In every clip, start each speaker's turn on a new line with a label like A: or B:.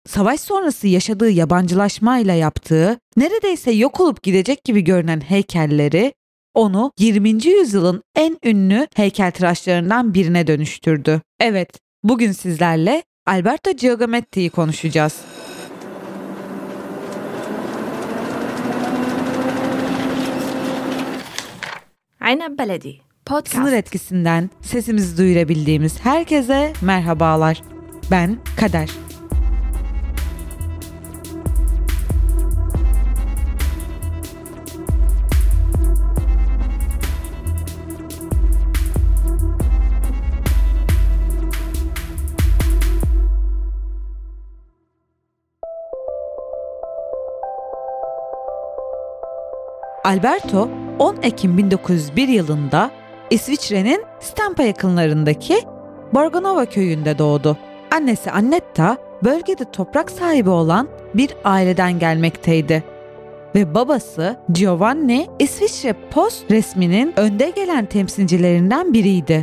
A: savaş sonrası yaşadığı yabancılaşmayla yaptığı, neredeyse yok olup gidecek gibi görünen heykelleri onu 20. yüzyılın en ünlü heykeltıraşlarından birine dönüştürdü. Evet, bugün sizlerle Alberto Giacometti'yi konuşacağız.
B: Aynab Beledi Podcast.
A: Sınır etkisinden sesimizi duyurabildiğimiz herkese merhabalar. Ben Kader. Alberto 10 Ekim 1901 yılında İsviçre'nin Stampa yakınlarındaki Borgonova köyünde doğdu. Annesi Annetta bölgede toprak sahibi olan bir aileden gelmekteydi. Ve babası Giovanni İsviçre Post resminin önde gelen temsilcilerinden biriydi.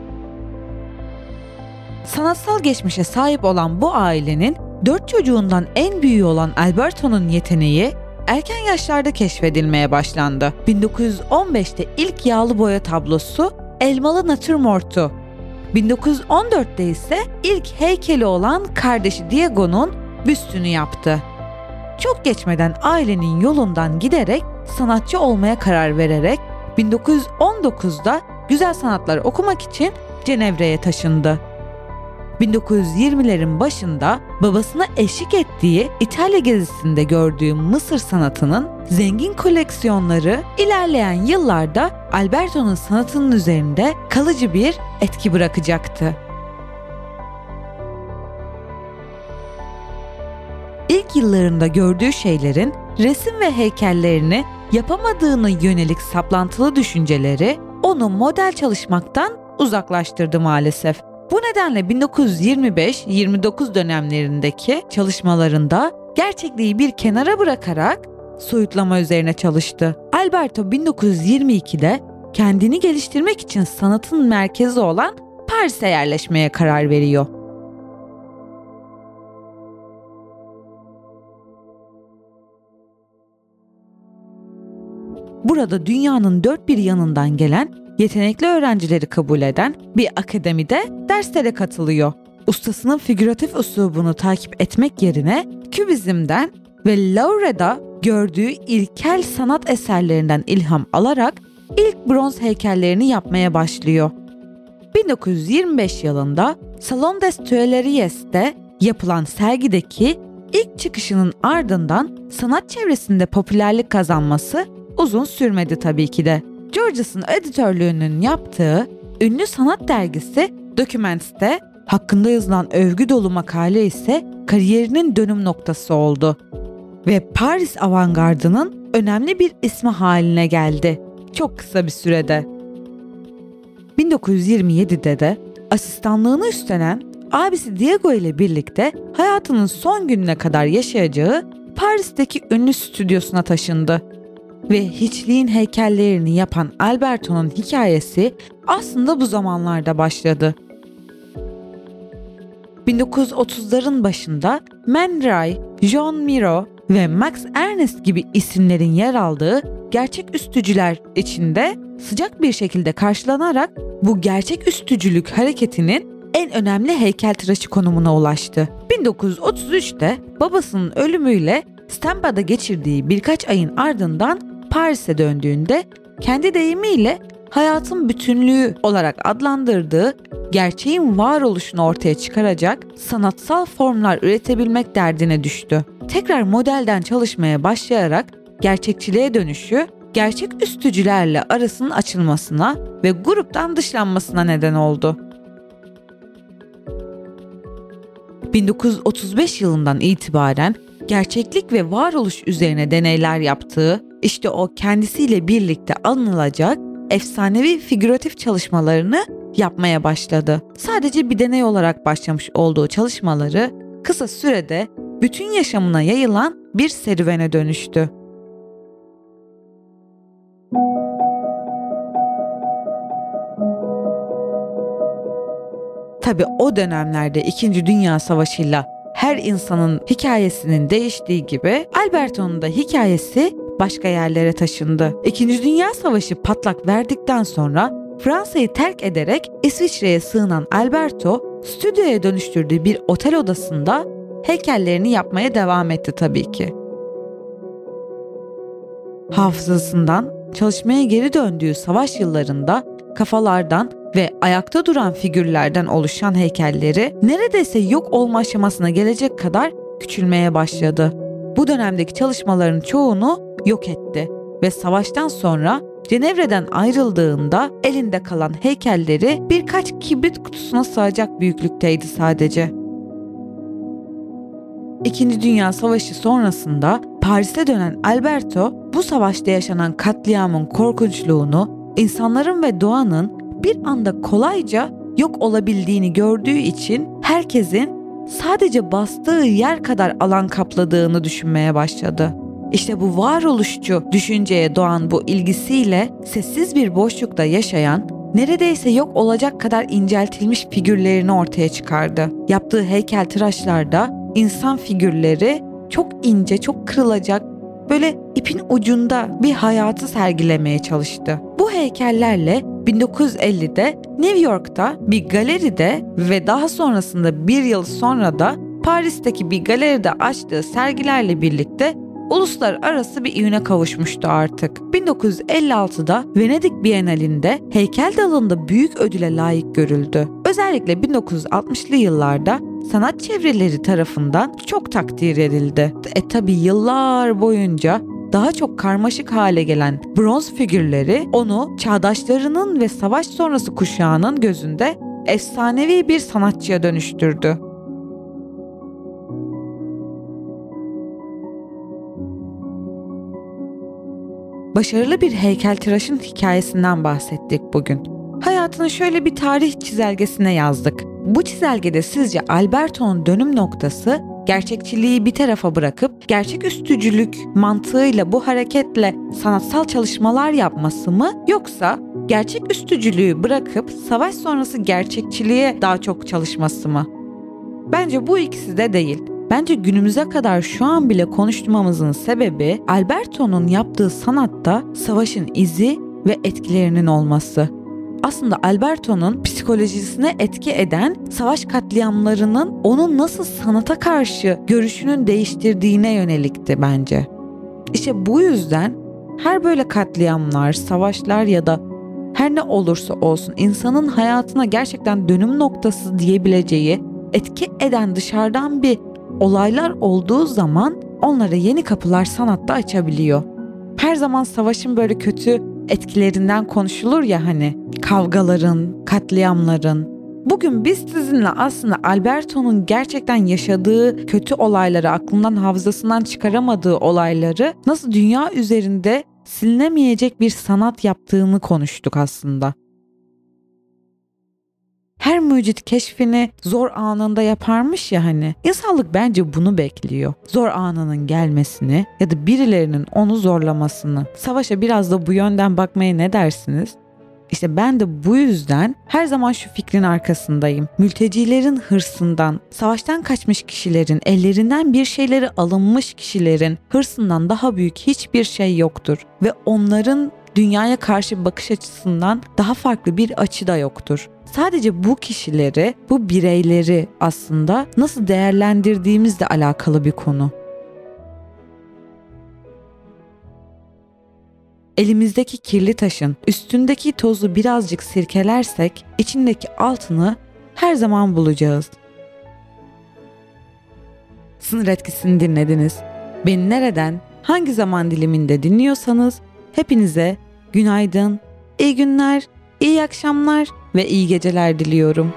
A: Sanatsal geçmişe sahip olan bu ailenin 4 çocuğundan en büyüğü olan Alberto'nun yeteneği erken yaşlarda keşfedilmeye başlandı. 1915'te ilk yağlı boya tablosu Elmalı Natürmort'u. 1914'te ise ilk heykeli olan kardeşi Diego'nun büstünü yaptı. Çok geçmeden ailenin yolundan giderek sanatçı olmaya karar vererek 1919'da güzel sanatlar okumak için Cenevre'ye taşındı. 1920'lerin başında babasına eşlik ettiği İtalya gezisinde gördüğü Mısır sanatının zengin koleksiyonları ilerleyen yıllarda Alberto'nun sanatının üzerinde kalıcı bir etki bırakacaktı. İlk yıllarında gördüğü şeylerin resim ve heykellerini yapamadığına yönelik saplantılı düşünceleri onu model çalışmaktan uzaklaştırdı maalesef. Bu nedenle 1925-29 dönemlerindeki çalışmalarında gerçekliği bir kenara bırakarak soyutlama üzerine çalıştı. Alberto 1922'de kendini geliştirmek için sanatın merkezi olan Paris'e yerleşmeye karar veriyor. Burada dünyanın dört bir yanından gelen yetenekli öğrencileri kabul eden bir akademide derslere katılıyor. Ustasının figüratif üslubunu takip etmek yerine Kübizm'den ve Louvre'da gördüğü ilkel sanat eserlerinden ilham alarak ilk bronz heykellerini yapmaya başlıyor. 1925 yılında Salon des Tuileриes'te yapılan sergideki ilk çıkışının ardından sanat çevresinde popülerlik kazanması uzun sürmedi tabii ki de. Georges'ın editörlüğünün yaptığı ünlü sanat dergisi Documents'te hakkında yazılan övgü dolu makale ise kariyerinin dönüm noktası oldu ve Paris avantgardının önemli bir ismi haline geldi çok kısa bir sürede. 1927'de de asistanlığını üstlenen abisi Diego ile birlikte hayatının son gününe kadar yaşayacağı Paris'teki ünlü stüdyosuna taşındı. Ve hiçliğin heykellerini yapan Alberto'nun hikayesi aslında bu zamanlarda başladı. 1930'ların başında Man Ray, John Miro ve Max Ernst gibi isimlerin yer aldığı gerçeküstücüler içinde sıcak bir şekilde karşılanarak bu gerçeküstücülük hareketinin en önemli heykeltıraşı konumuna ulaştı. 1933'te babasının ölümüyle Stampa'da geçirdiği birkaç ayın ardından Paris'e döndüğünde kendi deyimiyle hayatın bütünlüğü olarak adlandırdığı gerçeğin varoluşunu ortaya çıkaracak sanatsal formlar üretebilmek derdine düştü. Tekrar modelden çalışmaya başlayarak gerçekçiliğe dönüşü, gerçeküstücülerle arasının açılmasına ve gruptan dışlanmasına neden oldu. 1935 yılından itibaren gerçeklik ve varoluş üzerine deneyler yaptığı, işte o kendisiyle birlikte anılacak efsanevi figüratif çalışmalarını yapmaya başladı. Sadece bir deney olarak başlamış olduğu çalışmaları kısa sürede bütün yaşamına yayılan bir serüvene dönüştü. Tabii o dönemlerde 2. Dünya Savaşı'yla her insanın hikayesinin değiştiği gibi Alberto'nun da hikayesi başka yerlere taşındı. İkinci Dünya Savaşı patlak verdikten sonra Fransa'yı terk ederek İsviçre'ye sığınan Alberto, stüdyoya dönüştürdüğü bir otel odasında heykellerini yapmaya devam etti tabii ki. Hafızasından çalışmaya geri döndüğü savaş yıllarında kafalardan ve ayakta duran figürlerden oluşan heykelleri neredeyse yok olma aşamasına gelecek kadar küçülmeye başladı. Bu dönemdeki çalışmaların çoğunu yok etti ve savaştan sonra Cenevre'den ayrıldığında elinde kalan heykelleri birkaç kibrit kutusuna sığacak büyüklükteydi sadece. İkinci Dünya Savaşı sonrasında Paris'e dönen Alberto, bu savaşta yaşanan katliamın korkunçluğunu, insanların ve doğanın bir anda kolayca yok olabildiğini gördüğü için herkesin sadece bastığı yer kadar alan kapladığını düşünmeye başladı. İşte bu varoluşçu düşünceye doğan bu ilgisiyle sessiz bir boşlukta yaşayan, neredeyse yok olacak kadar inceltilmiş figürlerini ortaya çıkardı. Yaptığı heykeltıraşlarda insan figürleri çok ince, çok kırılacak, böyle ipin ucunda bir hayatı sergilemeye çalıştı. Bu heykellerle 1950'de New York'ta bir galeride ve daha sonrasında bir yıl sonra da Paris'teki bir galeride açtığı sergilerle birlikte uluslararası bir ivme kavuşmuştu artık. 1956'da Venedik Bienalinde heykel dalında büyük ödüle layık görüldü. Özellikle 1960'lı yıllarda sanat çevreleri tarafından çok takdir edildi. Tabii yıllar boyunca daha çok karmaşık hale gelen bronz figürleri onu çağdaşlarının ve savaş sonrası kuşağının gözünde efsanevi bir sanatçıya dönüştürdü. Başarılı bir heykeltıraşın hikayesinden bahsettik bugün. Hayatını şöyle bir tarih çizelgesine yazdık. Bu çizelgede sizce Alberto'nun dönüm noktası gerçekçiliği bir tarafa bırakıp gerçeküstücülük mantığıyla bu hareketle sanatsal çalışmalar yapması mı, yoksa gerçeküstücülüğü bırakıp savaş sonrası gerçekçiliğe daha çok çalışması mı? Bence bu ikisi de değil. Bence günümüze kadar şu an bile konuşmamızın sebebi Alberto'nun yaptığı sanatta savaşın izi ve etkilerinin olması. Aslında Alberto'nun psikolojisine etki eden savaş katliamlarının onun nasıl sanata karşı görüşünün değiştirdiğine yönelikti bence. İşte bu yüzden her böyle katliamlar, savaşlar ya da her ne olursa olsun insanın hayatına gerçekten dönüm noktası diyebileceği etki eden dışarıdan bir olaylar olduğu zaman onlara yeni kapılar sanatta açabiliyor. Her zaman savaşın böyle kötü etkilerinden konuşulur ya, hani kavgaların, katliamların. Bugün biz sizinle aslında Alberto'nun gerçekten yaşadığı kötü olayları, aklından hafızasından çıkaramadığı olayları nasıl dünya üzerinde silinemeyecek bir sanat yaptığını konuştuk aslında. Her mucit keşfini zor anında yaparmış ya hani. İnsanlık bence bunu bekliyor. Zor anının gelmesini ya da birilerinin onu zorlamasını. Savaşa biraz da bu yönden bakmaya ne dersiniz? İşte ben de bu yüzden her zaman şu fikrin arkasındayım. Mültecilerin hırsından, savaştan kaçmış kişilerin, ellerinden bir şeyleri alınmış kişilerin hırsından daha büyük hiçbir şey yoktur. Ve onların dünyaya karşı bakış açısından daha farklı bir açı da yoktur. Sadece bu kişileri, bu bireyleri aslında nasıl değerlendirdiğimizle alakalı bir konu. Elimizdeki kirli taşın üstündeki tozu birazcık sirkelersek içindeki altını her zaman bulacağız. Sınır Etkisi'ni dinlediniz. Beni nereden, hangi zaman diliminde dinliyorsanız hepinize günaydın, iyi günler, iyi akşamlar ve iyi geceler diliyorum.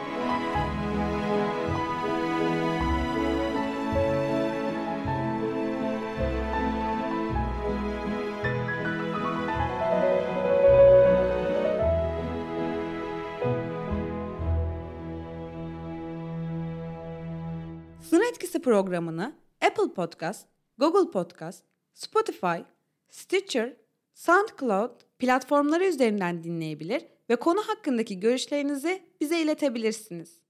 C: Sınır Etkisi programını Apple Podcast, Google Podcast, Spotify, Stitcher, SoundCloud platformları üzerinden dinleyebilir ve konu hakkındaki görüşlerinizi bize iletebilirsiniz.